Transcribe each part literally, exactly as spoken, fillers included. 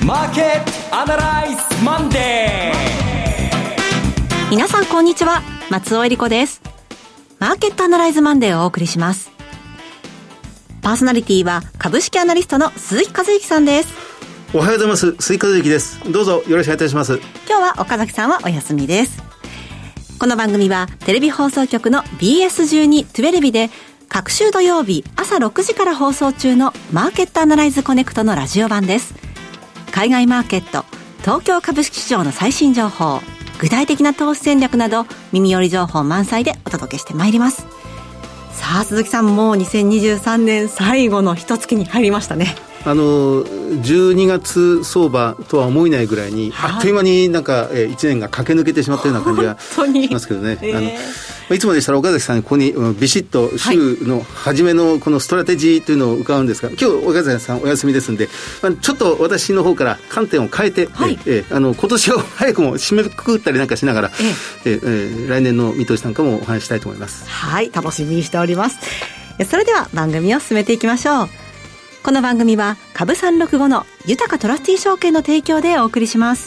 マーケットアナライズマンデー。 皆さんこんにちは、松尾恵理子です。マーケットアナライズマンデーをお送りします。パーソナリティは株式アナリストの鈴木和之さんです。 おはようございます。鈴木和之です。どうぞよろしくお願いいたします。 今日は岡崎さんはお休みです。この番組はテレビ放送局の ビーエスじゅうに じゅうに で各週土曜日朝ろくじから放送中のマーケットアナライズコネクトのラジオ版です。海外マーケット、東京株式市場の最新情報、具体的な投資戦略など耳寄り情報満載でお届けしてまいります。さあ鈴木さん、もうにせんにじゅうさんねん最後の一月に入りましたね。 あのじゅうにがつ相場とは思えないぐらいに、はい、あっという間になんか、えー、いちねんが駆け抜けてしまったような感じがしますけどね、えー、あのいつもでしたら岡崎さんにここにビシッと週の初めのこのストラテジーというのを伺うんですが、今日岡崎さんお休みですんで、まあ、ちょっと私の方から観点を変えて、はい、えー、あの今年を早くも締めくくったりなんかしながら、えーえー、来年の見通しなんかもお話したいと思います。 はい、楽しみにしております。それでは番組を進めていきましょう。この番組は株さんろくごの豊かトラスティー証券の提供でお送りします。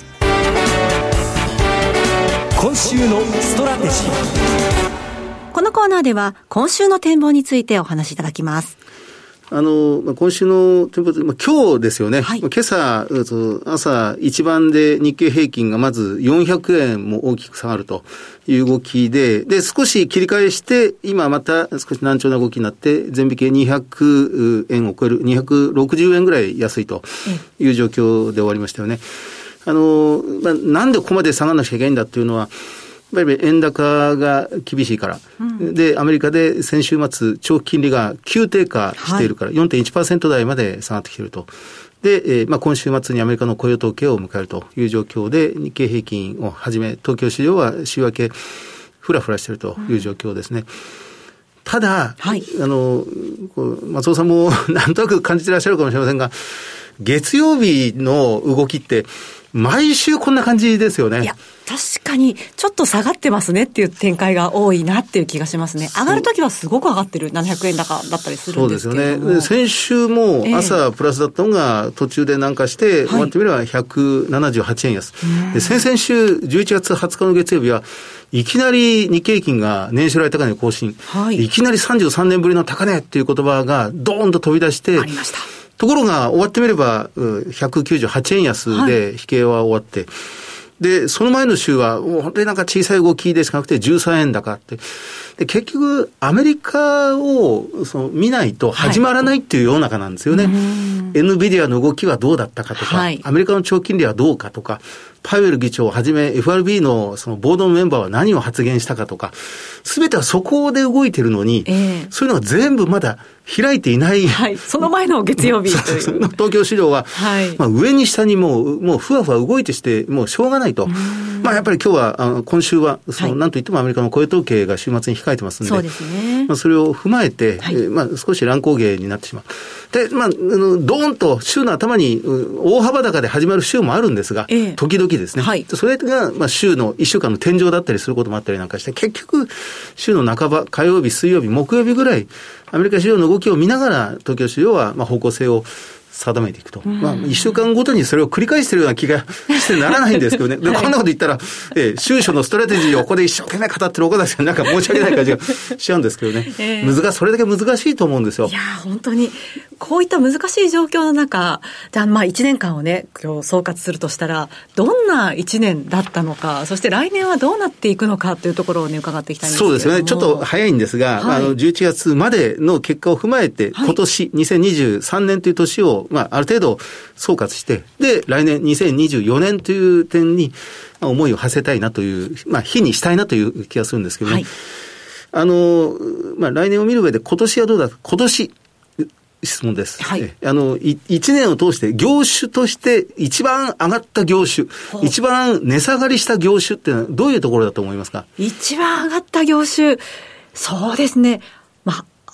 今週のストラテジー。 このコーナーでは今週の展望についてお話しいただきます。 あの、まあ、今週の展望、まあ、今日ですよね、はい、まあ、今朝朝一番で日経平均がまずよんひゃくえんも大きく下がるという動きで、で少し切り返して今また少し難聴な動きになって全引けにひゃくえんを超えるにひゃくろくじゅうえんぐらい安いという状況で終わりましたよね。あの、まあ、なんでここまで下がらなきゃいけないんだっていうのは、やっぱり円高が厳しいから、うん、でアメリカで先週末長期金利が急低下しているから、はい、よんてんいちパーセント 台まで下がってきていると。で、えーまあ、今週末にアメリカの雇用統計を迎えるという状況で、日経平均をはじめ東京市場は週明けフラフラしているという状況ですね。うん、ただ、はい、あの松尾さんもなんとなく感じていらっしゃるかもしれませんが、月曜日の動きって毎週こんな感じですよね。 いや確かにちょっと下がってますねっていう展開が多いなっていう気がしますね。上がるときはすごく上がってるななひゃくえん高だったりするんですけれども、 そうですよね。先週も朝プラスだったのが途中で南下して、えー、終わってみればひゃくななじゅうはちえん安、はい、で先々週じゅういちがつはつかの月曜日はいきなり日経平均が年初来高値更新、はい、いきなりさんじゅうさんねんぶりの高値っていう言葉がドーンと飛び出してありました。 ところが終わってみればひゃくきゅうじゅうはちえん安で引けは終わって、はい、でその前の週はもう本当になんか小さい動きでしかなくてじゅうさんえん高って、で結局アメリカをその見ないと始まらないっていう世の中なんですよね。はい、エヌビディアの動きはどうだったかとか、はい、アメリカの長期金利はどうかとか、パウエル議長をはじめ エフアールビー のそのボードのメンバーは何を発言したかとか、すべてはそこで動いてるのに、えー、そういうのが全部まだ開いていない、 はい、その前の月曜日という東京市場は、はい、まあ、上に下にもうもうふわふわ動いてしてもうしょうがないと。まあ、やっぱり今日はあの今週はその、はい、なんといってもアメリカの雇用統計が週末に控えてますので、 そうですね、 まあ、それを踏まえて、はい、えーまあ、少し乱高下になってしまう。で、まあ、あのドーンと週の頭に大幅高で始まる週もあるんですが、ええ、時々ですね、はい、それが、まあ、週のいっしゅうかんの天井だったりすることもあったりなんかして、結局週の半ば、火曜日、水曜日、木曜日ぐらいアメリカ市場の動きを見ながら東京市場はまあ方向性を定めていくと。まあ、いっしゅうかんごとにそれを繰り返しているような気がしてならないんですけどね。で、こんなこと言ったら、えー、収書のストラテジーをここで一生懸命語ってる岡田さんなんか申し訳ない感じがしちゃうんですけどね。えー、難しい、それだけ難しいと思うんですよ。 いや、本当に、こういった難しい状況の中、じゃあまあいちねんかんをね、今日総括するとしたら、どんないちねんだったのか、そして来年はどうなっていくのかというところをね、伺っていきたいんですけども。そうですよね。 ちょっと早いんですが、はい、まあ、あの、じゅういちがつまでの結果を踏まえて、はい、今年、にせんにじゅうさんねんという年を、まあ、ある程度、総括して、で、来年にせんにじゅうよねんという点に思いを馳せたいなという、まあ、日にしたいなという気がするんですけどね。はい、あの、まあ、来年を見る上で今年はどうだ、今年、質問です。はい。あの、い、一年を通して業種として一番上がった業種、一番値下がりした業種っていうのはどういうところだと思いますか？ 一番上がった業種、そうですね。まあ、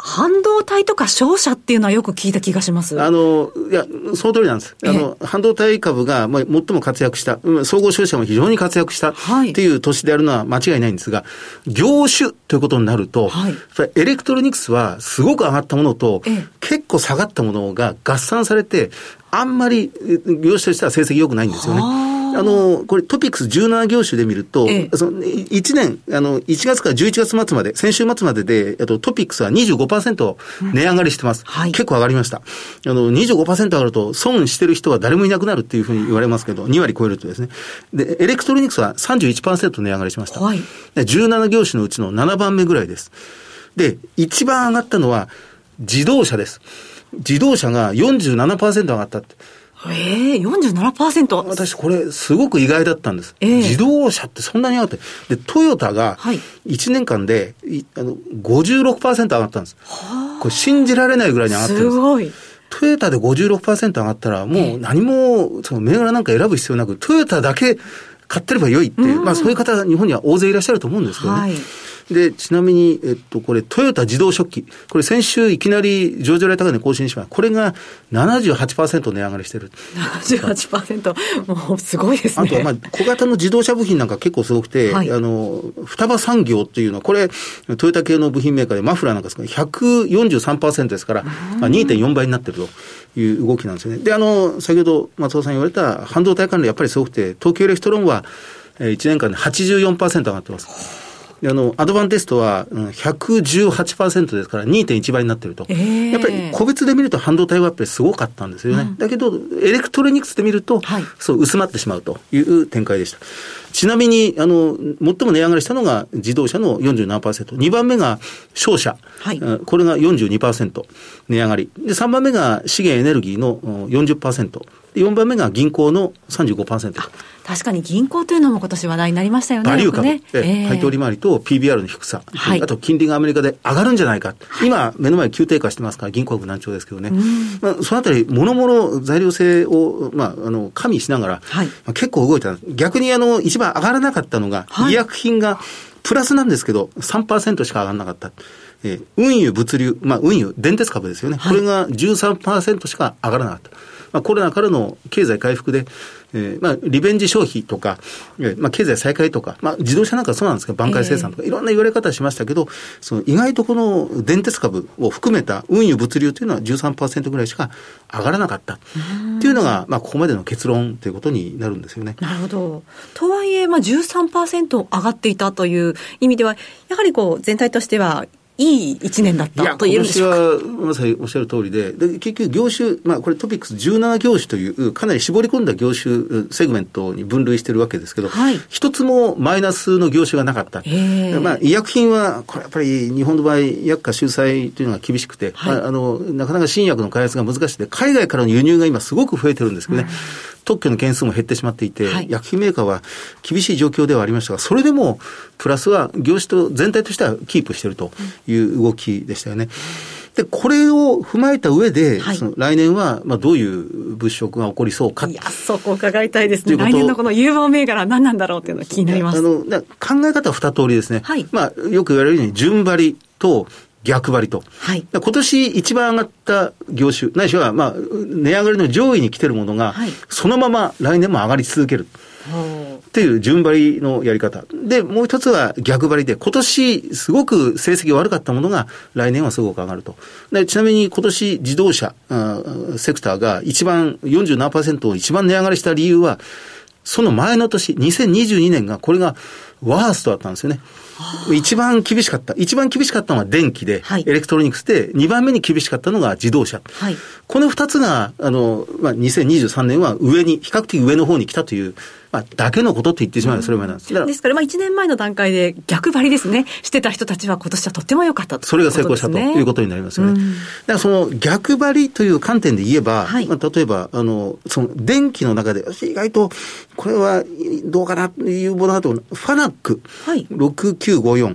半導体とか商社っていうのはよく聞いた気がします。 あの、いや、その通りなんです。あの、半導体株が、まあ、最も活躍した、総合商社も非常に活躍したっていう年であるのは間違いないんですが、業種ということになると、はい、エレクトロニクスはすごく上がったものと、結構下がったものが合算されて、あんまり業種としては成績良くないんですよね。あの、これトピックスじゅうなな業種で見ると、ええ、そのいちねん、あの、いちがつからじゅういちがつ末まで、先週末までで、あとトピックスは にじゅうごパーセント 値上がりしてます。うんはい、結構上がりました。あの、にじゅうごパーセント 上がると損してる人は誰もいなくなるっていうふうに言われますけど、にわり超えるとですね。で、エレクトロニクスは さんじゅういちパーセント 値上がりしました。はい、じゅうなな業種のうちのななばんめぐらいです。で、一番上がったのは自動車です。自動車が よんじゅうななパーセント 上がったって。 ええー、よんじゅうななパーセント。 私これすごく意外だったんです。えー、自動車ってそんなに上がって。で、トヨタがいちねんかんで、はい、あの ごじゅうろくパーセント 上がったんです。はこれ信じられないぐらいに上がってるんです。 すごい。 トヨタで ごじゅうろくパーセント 上がったらもう何もその銘柄なんか選ぶ必要なく、トヨタだけ買ってれば良いっていう、うん、まあそういう方が日本には大勢いらっしゃると思うんですけどね。はいで、ちなみに、えっと、これ、トヨタ自動食器。これ、先週いきなり上場来高値更新しました。これが ななじゅうはちパーセント 値上がりしてる。 ななじゅうはちパーセント。もう、すごいですね。 あとは、まあ、小型の自動車部品なんか結構すごくて、はい、あの、双葉産業っていうのは、これ、トヨタ系の部品メーカーでマフラーなんかですから、ひゃくよんじゅうさんパーセント ですから、まあ、にてんよんばいになってるという動きなんですよね。で、あの、先ほど松尾さん言われた半導体関連やっぱりすごくて、東京エレクトロンは、いちねんかんで はちじゅうよんパーセント 上がってます。あの、アドバンテストは ひゃくじゅうはちパーセント ですから にてんいちばいになってると、えー。やっぱり個別で見ると半導体はやっぱりすごかったんですよね。うん、だけど、エレクトロニクスで見ると、はい、そう薄まってしまうという展開でした。ちなみに、あの、最も値上がりしたのが自動車の よんじゅうななパーセント。にばんめが商社。はい、これが よんじゅうにパーセント 値上がり。で、さんばんめが資源エネルギーの よんじゅっパーセント。よんばんめが銀行の さんじゅうごパーセント。 確かに銀行というのも今年話題になりましたよね。 バリュー株、 ねえー、 配当利回りと ピービーアール の低さ、はい、あと金利がアメリカで上がるんじゃないか。はい、今、目の前急低下してますから、銀行株難聴ですけどね。まあ、そのあたり、もろもろ材料性を、まあ、あの、加味しながら、はいまあ、結構動いた。逆に、あの、一番上がらなかったのが、はい、医薬品がプラスなんですけど、さんパーセント しか上がらなかった。えー、運輸物流、まあ、運輸、電鉄株ですよね。はい、これが じゅうさんパーセント しか上がらなかった。まあ、コロナからの経済回復で、えー、まあ、リベンジ消費とか、えー、まあ、経済再開とか、まあ、自動車なんかそうなんですけど、挽回生産とか、いろんな言われ方しましたけど、その意外とこの電鉄株を含めた運輸物流というのは じゅうさんパーセント ぐらいしか上がらなかったっていうのが、まあ、ここまでの結論ということになるんですよね。 なるほど。とはいえ、まあ、じゅうさんパーセント 上がっていたという意味では、やはりこう、全体としては、いい一年だったと言えるんでしょうか。 いや、今年はまさにおっしゃる通りで、で結局業種、まあこれトピックスじゅうなな業種というかなり絞り込んだ業種セグメントに分類してるわけですけど、はい、一つもマイナスの業種がなかった。まあ医薬品はこれやっぱり日本の場合薬価秀才というのが厳しくて、はい、あのなかなか新薬の開発が難しくて、海外からの輸入が今すごく増えてるんですけどね。うん特許の件数も減ってしまっていて、はい、薬品メーカーは厳しい状況ではありましたが、それでもプラスは業種と全体としてはキープしているという動きでしたよね。で、これを踏まえた上で、はい、その来年はまあどういう物色が起こりそうか。 いや、そこを伺いたいですね。来年のこの有望銘柄は何なんだろうというのが気になります。 あの考え方は二通りですね。はい、まあよく言われるように順張りと逆張りと。はい、今年一番上がった業種、ないしは、まあ、値上がりの上位に来てるものが、はい、そのまま来年も上がり続ける。っていう順張りのやり方。で、もう一つは逆張りで、今年すごく成績悪かったものが来年はすごく上がると。でちなみに今年自動車セクターが一番 よんじゅうななパーセント を一番値上がりした理由は、その前の年、にせんにじゅうにねんがこれがワーストだったんですよね。一番厳しかった。一番厳しかったのは電気で、はい、エレクトロニクスで、にばんめに厳しかったのが自動車。はい、この二つが、あの、まあ、にせんにじゅうさんねんは上に、比較的上の方に来たという、まあ、だけのことって言ってしまえばそれまでなんです。 ですから、まあ、いちねんまえの段階で逆張りですね、してた人たちは今年はとっても良かったと、ね。 それが成功したということになりますよね。だからその逆張りという観点で言えば、はい、まあ、例えば、あの、その電気の中で、意外と、これはどうかなというものだと、ファナック、はい、ろくきゅうごよん。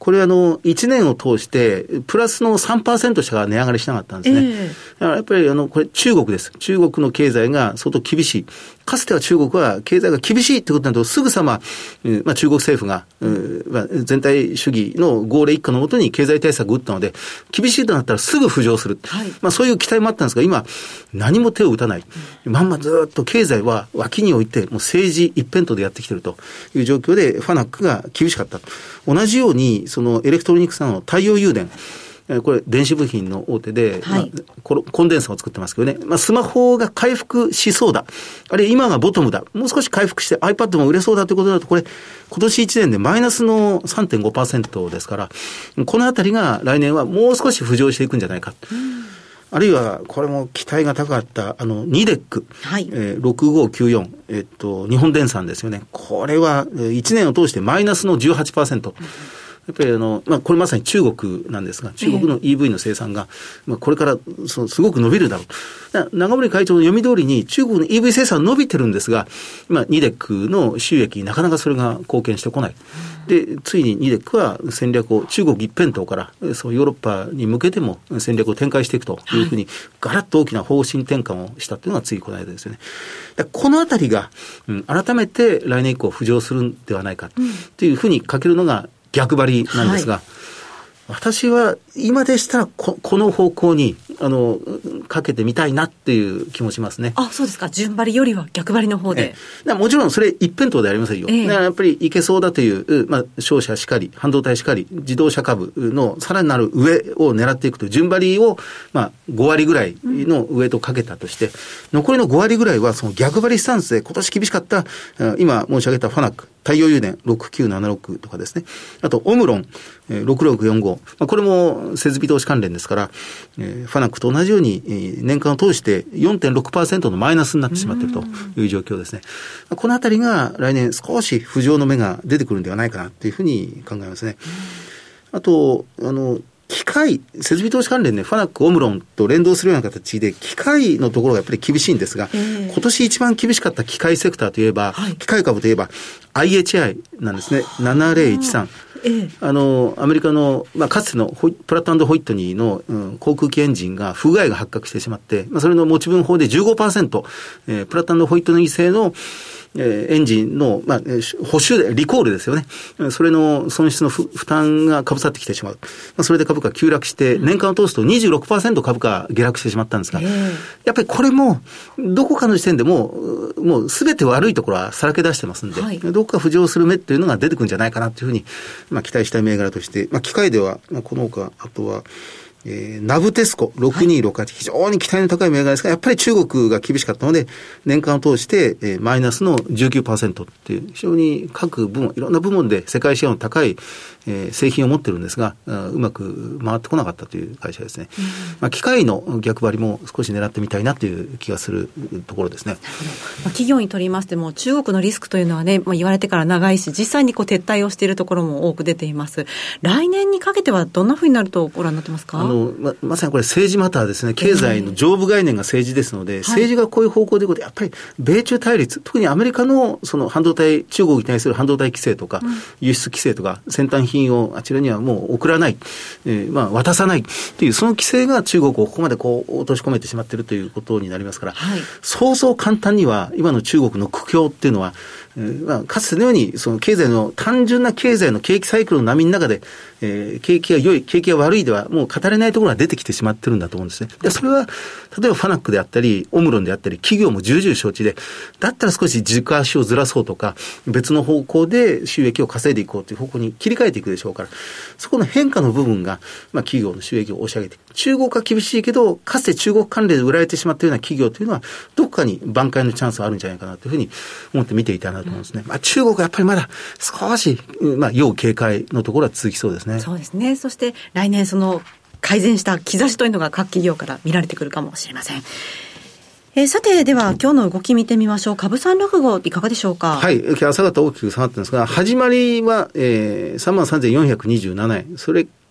これあの、いちねんを通して、プラスの さんパーセント しか値上がりしなかったんですね。えー、だからやっぱりあの、これ中国です。中国の経済が相当厳しい。かつては中国は経済が厳しいってことになると、すぐさま、まあ、中国政府が、まあ、全体主義の号令一下のもとに経済対策を打ったので、厳しいとなったらすぐ浮上する。はい、まあ、そういう期待もあったんですが、今、何も手を打たない。まんまずっと経済は脇に置いて、もう政治一辺倒でやってきているという状況で、ファナックが厳しかった。同じように、そのエレクトロニクスの太陽誘電。これ、電子部品の大手で、はい、まあ、コンデンサーを作ってますけどね。まあ、スマホが回復しそうだ。あるいは今がボトムだ。もう少し回復して iPad も売れそうだということだと、これ、今年いちねんでマイナスの さんてんごパーセント ですから、このあたりが来年はもう少し浮上していくんじゃないか。うん、あるいは、これも期待が高かった、あの、ニデック。はい。えー、ろくごきゅうよん。えっと、日本電産ですよね。これはいちねんを通してマイナスの じゅうはちパーセント。うん、やっぱりあの、まあ、これまさに中国なんですが、中国の イーブイ の生産が、えー、まあ、これからそのすごく伸びるだろうと。長森会長の読み通りに中国の イーブイ 生産伸びてるんですが、今、ニデックの収益になかなかそれが貢献してこない。で、ついにニデックは戦略を中国一辺倒から、そうヨーロッパに向けても戦略を展開していくというふうに、ガラッと大きな方針転換をしたというのがついこの間ですよね。このあたりが、うん、改めて来年以降浮上するんではないかというふうにかけるのが、逆張りなんですが、はい、私は今でしたら こ, この方向にあのかけてみたいなっていう気もしますね。 あ、そうですか。順張りよりは逆張りの方で。 えもちろんそれ一辺倒ではありませんよ。えー、だからやっぱりいけそうだという、まあ、商社しかり、半導体しかり、自動車株のさらなる上を狙っていくという順張りを、まあ、ごわりぐらいの上とかけたとして、うん、残りのごわりぐらいはその逆張りスタンスで今年厳しかった、今申し上げたファナック、太陽誘電ろくきゅうななろくとかですね。あと、オムロンろくろくよんご。まあ、これも設備投資関連ですから、えー、ファナックと同じように、えー、年間を通して よんてんろくパーセント のマイナスになってしまっているという状況ですね。このあたりが来年少し浮上の目が出てくるんではないかなというふうに考えますね。あと、あの、機械、設備投資関連で、ね、ファナック、オムロンと連動するような形で、機械のところがやっぱり厳しいんですが、えー、今年一番厳しかった機械セクターといえば、はい、機械株といえば、アイエイチアイ なんですね。ななぜろいちさん。ええ、あの、アメリカの、まあ、かつてのホイプラット&ホイットニーの、うん、航空機エンジンが不具合が発覚してしまって、まあ、それの持ち分法で じゅうごパーセント、えー、プラット&ホイットニー製のえー、エンジンの、まあ、補修で、リコールですよね。それの損失の負担が被さってきてしまう。まあ、それで株価急落して、年間を通すと にじゅうろくパーセント 株価下落してしまったんですが、やっぱりこれも、どこかの時点でもう、もうすべて悪いところはさらけ出してますんで、はい、どこか浮上する目っていうのが出てくるんじゃないかなというふうに、まあ、期待したい銘柄として、まあ、機械では、まあ、この他、あとは、えー、ナブテスコろくにろくはち、はい、非常に期待の高い銘柄ですが、やっぱり中国が厳しかったので、年間を通して、えー、マイナスの じゅうきゅうパーセント っていう、非常に各部門、いろんな部門で世界シェアの高い、えー、製品を持ってるんですが、うまく回ってこなかったという会社ですね。うん、まあ、機械の逆張りも少し狙ってみたいなという気がするところですね。 まあ、企業にとりましても、中国のリスクというのはね、まあ、言われてから長いし、実際にこう撤退をしているところも多く出ています。来年にかけてはどんなふうになるとご覧になってますか？ あの ま, まさにこれ政治マターですね。経済の上部概念が政治ですので、えー、政治がこういう方向でいくことで、やっぱり米中対立、特にアメリカのその半導体、中国に対する半導体規制とか、うん、輸出規制とか、先端品をあちらにはもう送らない、えー、まあ渡さないという、その規制が中国をここまでこう落とし込めてしまっているということになりますから、はい、そうそう簡単には今の中国の苦境っていうのは、えーまあ、かつてのようにその経済の単純な経済の景気サイクルの波の中で、えー、景気が良い、景気が悪いではもう語れないところが出てきてしまってるんだと思うんですね。で、それは例えばファナックであったりオムロンであったり企業も重々承知で、だったら少し軸足をずらそうとか別の方向で収益を稼いでいこうという方向に切り替えていくでしょうから、そこの変化の部分が、まあ、企業の収益を押し上げていく。中国は厳しいけど、かつて中国関連で売られてしまったような企業というのはどこかに挽回のチャンスがあるんじゃないかなというふうに思って見ていたなと思うんですね。うん、まあ、中国はやっぱりまだ少し、まあ、要警戒のところは続きそうですね。 そうですね。そして来年その改善した兆しというのが各企業から見られてくるかもしれません。えー、さて、では今日の動き見てみましょう。株さんろくごいかがでしょうか。 はい。朝方大きく下がったんですが、始まりは、えー、さんまんさんぜんよんひゃくにじゅうななえん。それ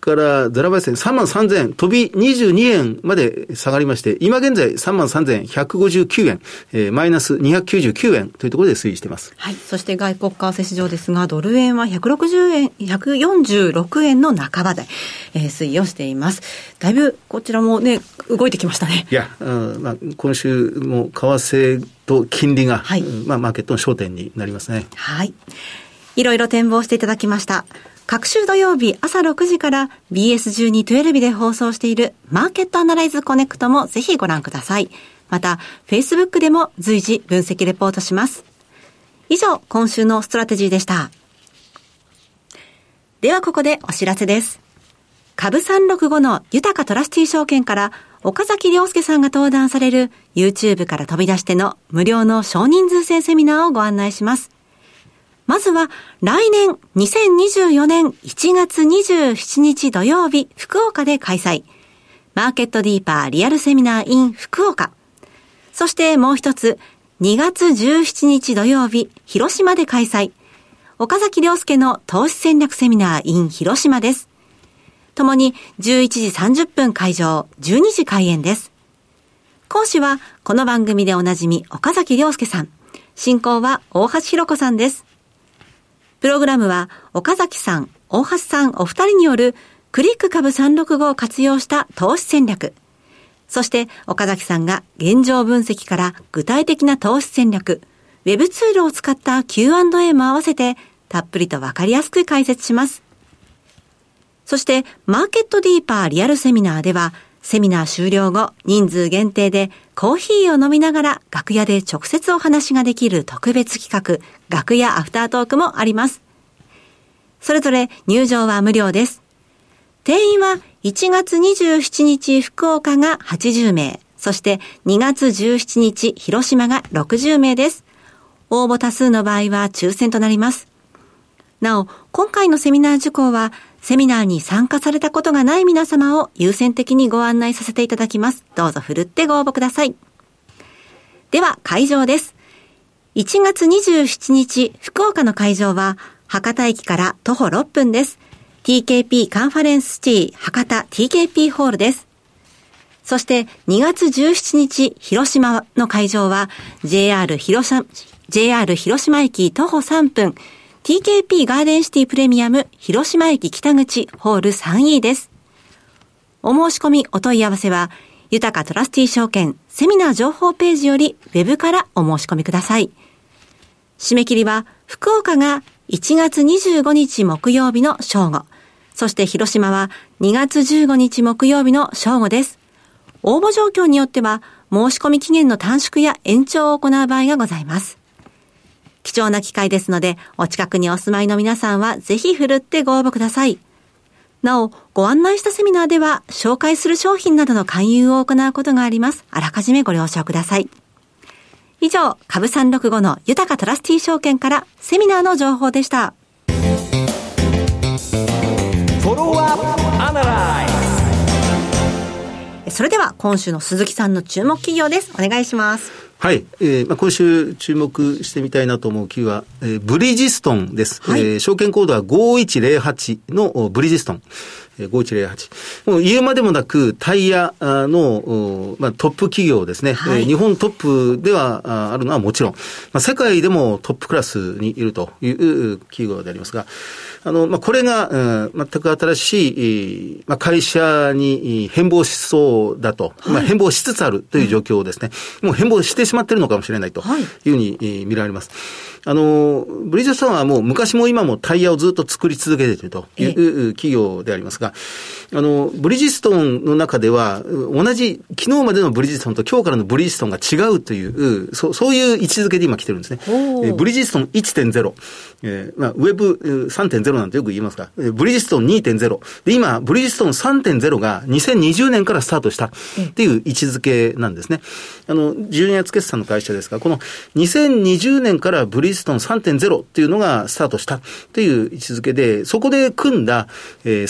からゼロばい線さんまんさんぜんえん飛びにじゅうにえんまで下がりまして、今現在 さんまんさんぜんひゃくごじゅうきゅうえん、えー、マイナスにひゃくきゅうじゅうきゅうえんというところで推移しています。 はい。そして外国為替市場ですが、ドル円はひゃくろくじゅうえん、ひゃくよんじゅうろくえんの半ば台、えー、推移をしています。だいぶこちらもね、動いてきましたね。 いや、うんまあ、今週も為替と金利が、はい、まあ、マーケットの焦点になりますね。 はい。いろいろ展望していただきました。各週土曜日朝ろくじから ビーエスじゅうに じゅうにで放送しているマーケットアナライズコネクトもぜひご覧ください。また、Facebook でも随時分析レポートします。以上、今週のストラテジーでした。ではここでお知らせです。株さんろくごの豊かトラスティ証券から岡崎亮介さんが登壇される YouTube から飛び出しての無料の少人数制セミナーをご案内します。まずは来年にせんにじゅうよねんいちがつにじゅうしちにち土曜日福岡で開催。マーケットディーパーリアルセミナー in 福岡。そしてもう一つにがつじゅうしちにち土曜日広島で開催。岡崎亮介の投資戦略セミナー in 広島です。ともにじゅういちじさんじゅっぷん会場、じゅうにじ開演です。講師はこの番組でおなじみ岡崎亮介さん。進行は大橋弘子さんです。プログラムは岡崎さん、大橋さんお二人によるクリック株さんろくごを活用した投資戦略。そして岡崎さんが現状分析から具体的な投資戦略、ウェブツールを使った キューアンドエー も合わせてたっぷりとわかりやすく解説します。そしてマーケットディーパーリアルセミナーではセミナー終了後人数限定でコーヒーを飲みながら楽屋で直接お話ができる特別企画、楽屋アフタートークもあります。それぞれ入場は無料です。定員はいちがつにじゅうしちにち福岡がはちじゅうめい、そしてにがつじゅうしちにち広島がろくじゅうめいです。応募多数の場合は抽選となります。なお、今回のセミナー受講はセミナーに参加されたことがない皆様を優先的にご案内させていただきます。どうぞふるってご応募ください。では会場です。いちがつにじゅうしちにち福岡の会場は博多駅から徒歩ろっぷんです。ティーケーピー カンファレンスシティ博多 ティーケーピー ホールです。そしてにがつじゅうしちにち広島の会場は ジェイアール 広島、ジェイアール 広島駅徒歩さんぷん、ティーケーピー ガーデンシティプレミアム広島駅北口ホール スリーイー です。お申し込みお問い合わせは豊かトラスティ証券セミナー情報ページよりウェブからお申し込みください。締め切りは福岡がいちがつにじゅうごにち木曜日の正午、そして広島はにがつじゅうごにち木曜日の正午です。応募状況によっては申し込み期限の短縮や延長を行う場合がございます。貴重な機会ですので、お近くにお住まいの皆さんはぜひふるってご応募ください。なお、ご案内したセミナーでは、紹介する商品などの勧誘を行うことがあります。あらかじめご了承ください。以上、株さんろくごの豊かトラスティ証券からセミナーの情報でした。それでは今週の鈴木さんの注目企業です。お願いします。 はい、えーまあ、今週注目してみたいなと思う企業は、えー、ブリヂストンです、はい。えー、証券コードはごいちゼロはちのブリヂストン。ごいちゼロはち。もう言うまでもなくタイヤの、まあ、トップ企業ですね、はい。えー、日本トップではあるのはもちろん、まあ、世界でもトップクラスにいるという企業でありますが、あの、まあ、これが、うん、全く新しい、まあ、会社に変貌しそうだと、はい、まあ、変貌しつつあるという状況ですね。うん、もう変貌してしまっているのかもしれないというふうに、はい、見られます。あの、ブリヂストンはもう昔も今もタイヤをずっと作り続けているという企業でありますが、あの、ブリヂストンの中では、同じ、昨日までのブリヂストンと今日からのブリヂストンが違うという、そ, そういう位置づけで今来てるんですね。えブリヂストン いってんゼロ、えーまあ、ウェブ さんてんゼロ なんてよく言いますが、ブリヂストン にてんゼロ。で、今、ブリヂストン さんてんゼロ がにせんにじゅうねんからスタートしたっていう位置づけなんですね。あの、じゅうにがつ決算の会社ですが、このにせんにじゅうねんからブリヂストン さんてんゼロ っていうのがスタートしたっていう位置づけで、そこで組んだ、えー、傘下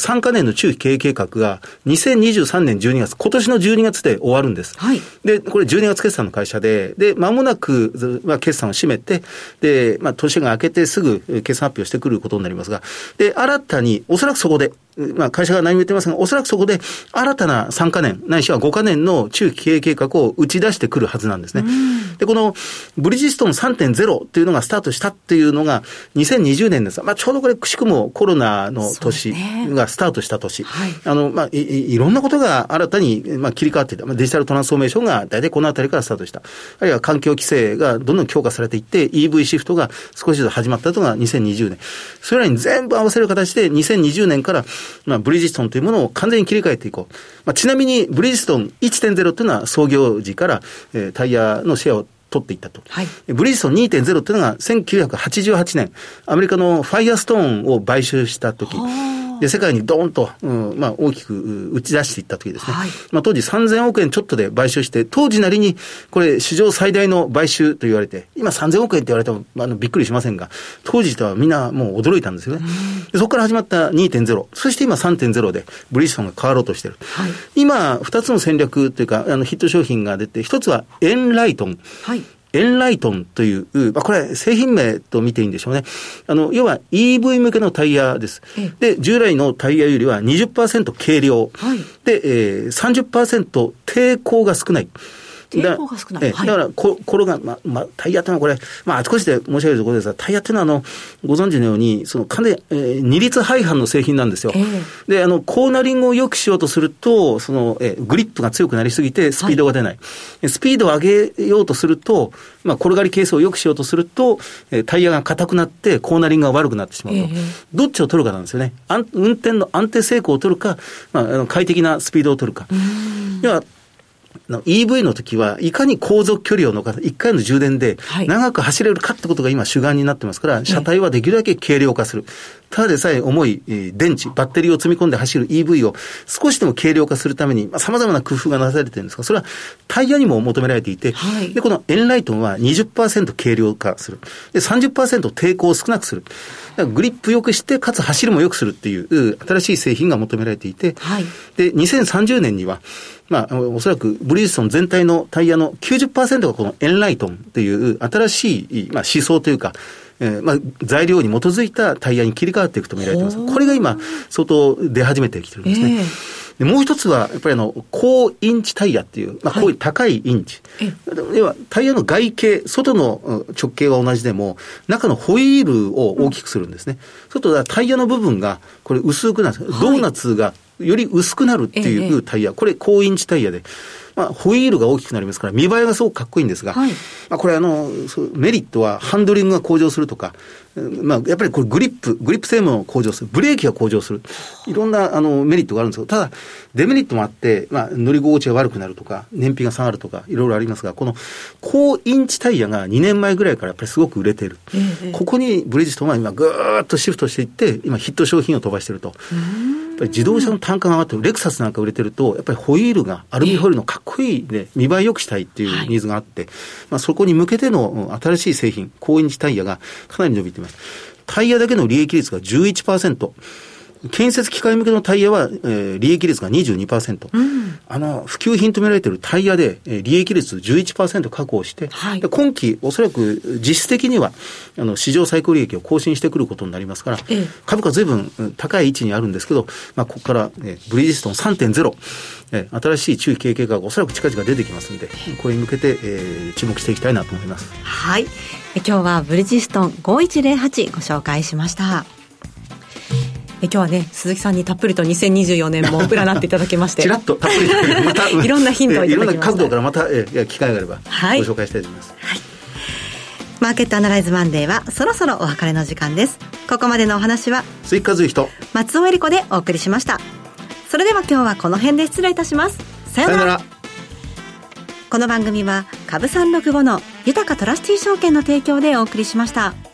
年の中期経営計画がにせんにじゅうさんねんじゅうにがつ、今年のじゅうにがつで終わるんです。 はい、 で、これじゅうにがつ決算の会社で、で、間もなく、まあ、決算を締めて、で、まあ、年が明けてすぐ決算発表してくることになりますが、で、新たに、おそらくそこで、まあ、会社が何も言ってませんが、おそらくそこで新たなさんかねん、ないしはごかねんの中期経営計画を打ち出してくるはずなんですね。で、このブリヂストン さんてんゼロ っていうのがスタートしたっていうのがにせんにじゅうねんですが、まあ、ちょうどこれくしくもコロナの年がスタートした年。はい、あの、まあい、いろんなことが新たに、まあ、切り替わっていた。まあ、デジタルトランスフォーメーションが大体このあたりからスタートした。あるいは環境規制がどんどん強化されていって、イーブイ シフトが少しずつ始まったというのがにせんにじゅうねん。それらに全部合わせる形でにせんにじゅうねんから、まあ、ブリヂストンというものを完全に切り替えていこう。まあ、ちなみにブリヂストン いってんゼロ というのは創業時から、えー、タイヤのシェアを取っていったと。はい、ブリヂストン にてんゼロ というのがせんきゅうひゃくはちじゅうはちねん、アメリカのファイアストーンを買収した時。で、世界にドーンと、うん、まあ、大きく打ち出していった時ですね。はい、まあ、当時さんぜんおくえんちょっとで買収して、当時なりに、これ、史上最大の買収と言われて、今さんぜんおくえんって言われても、あの、びっくりしませんが、当時とはみんなもう驚いたんですよね。でそこから始まった にてんゼロ、そして今 さんてんゼロ で、ブリヂストンが変わろうとしている。はい、今、二つの戦略というか、あの、ヒット商品が出て、一つはエンライトン。はい、エンライトンという、まあ、これ製品名と見ていいんでしょうね。あの、要は イーブイ 向けのタイヤです。で、従来のタイヤよりは にじゅっパーセント 軽量。はい、で、えー、さんじゅっパーセント 抵抗が少ない。 抵抗が少ない。 だ, はい、だからこ、これが、ま、ま、タイヤってのはこれ、まあ、あちこちで申し上げるところですが、タイヤってのは、あの、ご存知のように、その、かなり、えー、二律背反の製品なんですよ。えー、で、あの、コーナリングを良くしようとすると、その、えー、グリップが強くなりすぎて、スピードが出ない。はい、スピードを上げようとすると、まあ、転がり係数を良くしようとすると、えー、タイヤが硬くなって、コーナリングが悪くなってしまうと。えー、どっちを取るかなんですよね。安運転の安定成功を取るか、まあ、あの快適なスピードを取るか。いや、イーブイ の時はいかに航続距離を伸ばす、いっかいの充電で長く走れるかってことが今主眼になってますから、車体はできるだけ軽量化する。ただでさえ重い電池、バッテリーを積み込んで走る イーブイ を少しでも軽量化するために様々な工夫がなされているんですが、それはタイヤにも求められていて、はい、で、このエンライトンは にじゅっパーセント 軽量化する。で、さんじゅっパーセント 抵抗を少なくする。だからグリップ良くして、かつ走りも良くするっていう新しい製品が求められていて、はい、で、にせんさんじゅうねんには、まあ、おそらくブリヂストン全体のタイヤの きゅうじゅっパーセント がこのエンライトンっていう新しい、まあ、思想というか、えーまあ、材料に基づいたタイヤに切り替わっていくと見られています。これが今相当出始めてきてるんですね。えーでもう一つは、やっぱりあの、高インチタイヤっていう、まあ、こういう高いインチ。はい、要は、タイヤの外径、外の直径は同じでも、中のホイールを大きくするんですね。そうすると、タイヤの部分が、これ薄くなる。はい、ドーナツがより薄くなるっていうタイヤ。ええ、これ、高インチタイヤで。まあ、ホイールが大きくなりますから、見栄えがすごくかっこいいんですが、はい、まあ、これあの、メリットはハンドリングが向上するとか、まあ、やっぱりこれグリップ、グリップ性能が向上する、ブレーキが向上する、いろんなあのメリットがあるんですけど、ただ、デメリットもあって、まあ、乗り心地が悪くなるとか、燃費が下がるとか、いろいろありますが、この高インチタイヤがにねんまえぐらいからやっぱりすごく売れている。ええ、ここにブリヂストンは今ぐーっとシフトしていって、今ヒット商品を飛ばしていると。やっぱり自動車の単価が上がってる、レクサスなんか売れてると、やっぱりホイールが、アルミホイールのかっこいいで、見栄え良くしたいっていうニーズがあって、はい、まあ、そこに向けての新しい製品、高インチタイヤがかなり伸びています。タイヤだけの利益率が じゅういちパーセント。建設機械向けのタイヤは、えー、利益率が にじゅうにパーセント。うん、あの、普及品と見られているタイヤで、えー、利益率 じゅういちパーセント 確保して、はい、で今期おそらく実質的には、あの、史上最高利益を更新してくることになりますから、ええ、株価随分高い位置にあるんですけど、まあ、ここから、えー、ブリヂストン さんてんゼロ、えー、新しい中期経営計画がおそらく近々出てきますので、これに向けて、えー、注目していきたいなと思います。 はい。え今日はブリヂストンごいちぜろはちご紹介しました。え今日はね、鈴木さんにたっぷりとにせんにじゅうよねんも占っていただきましてちらっとたっぷりまたいろんなヒントをいただきました。いろんな角度からまたえ機会があればご紹介したいと思います。はい、 マーケットアナライズマンデーはそろそろお別れの時間です。ここまでのお話は鈴木和之と松尾恵理子でお送りしました。それでは今日はこの辺で失礼いたします。さようなら。さようなら。この番組は株さんろくごの豊かトラスティ証券の提供でお送りしました。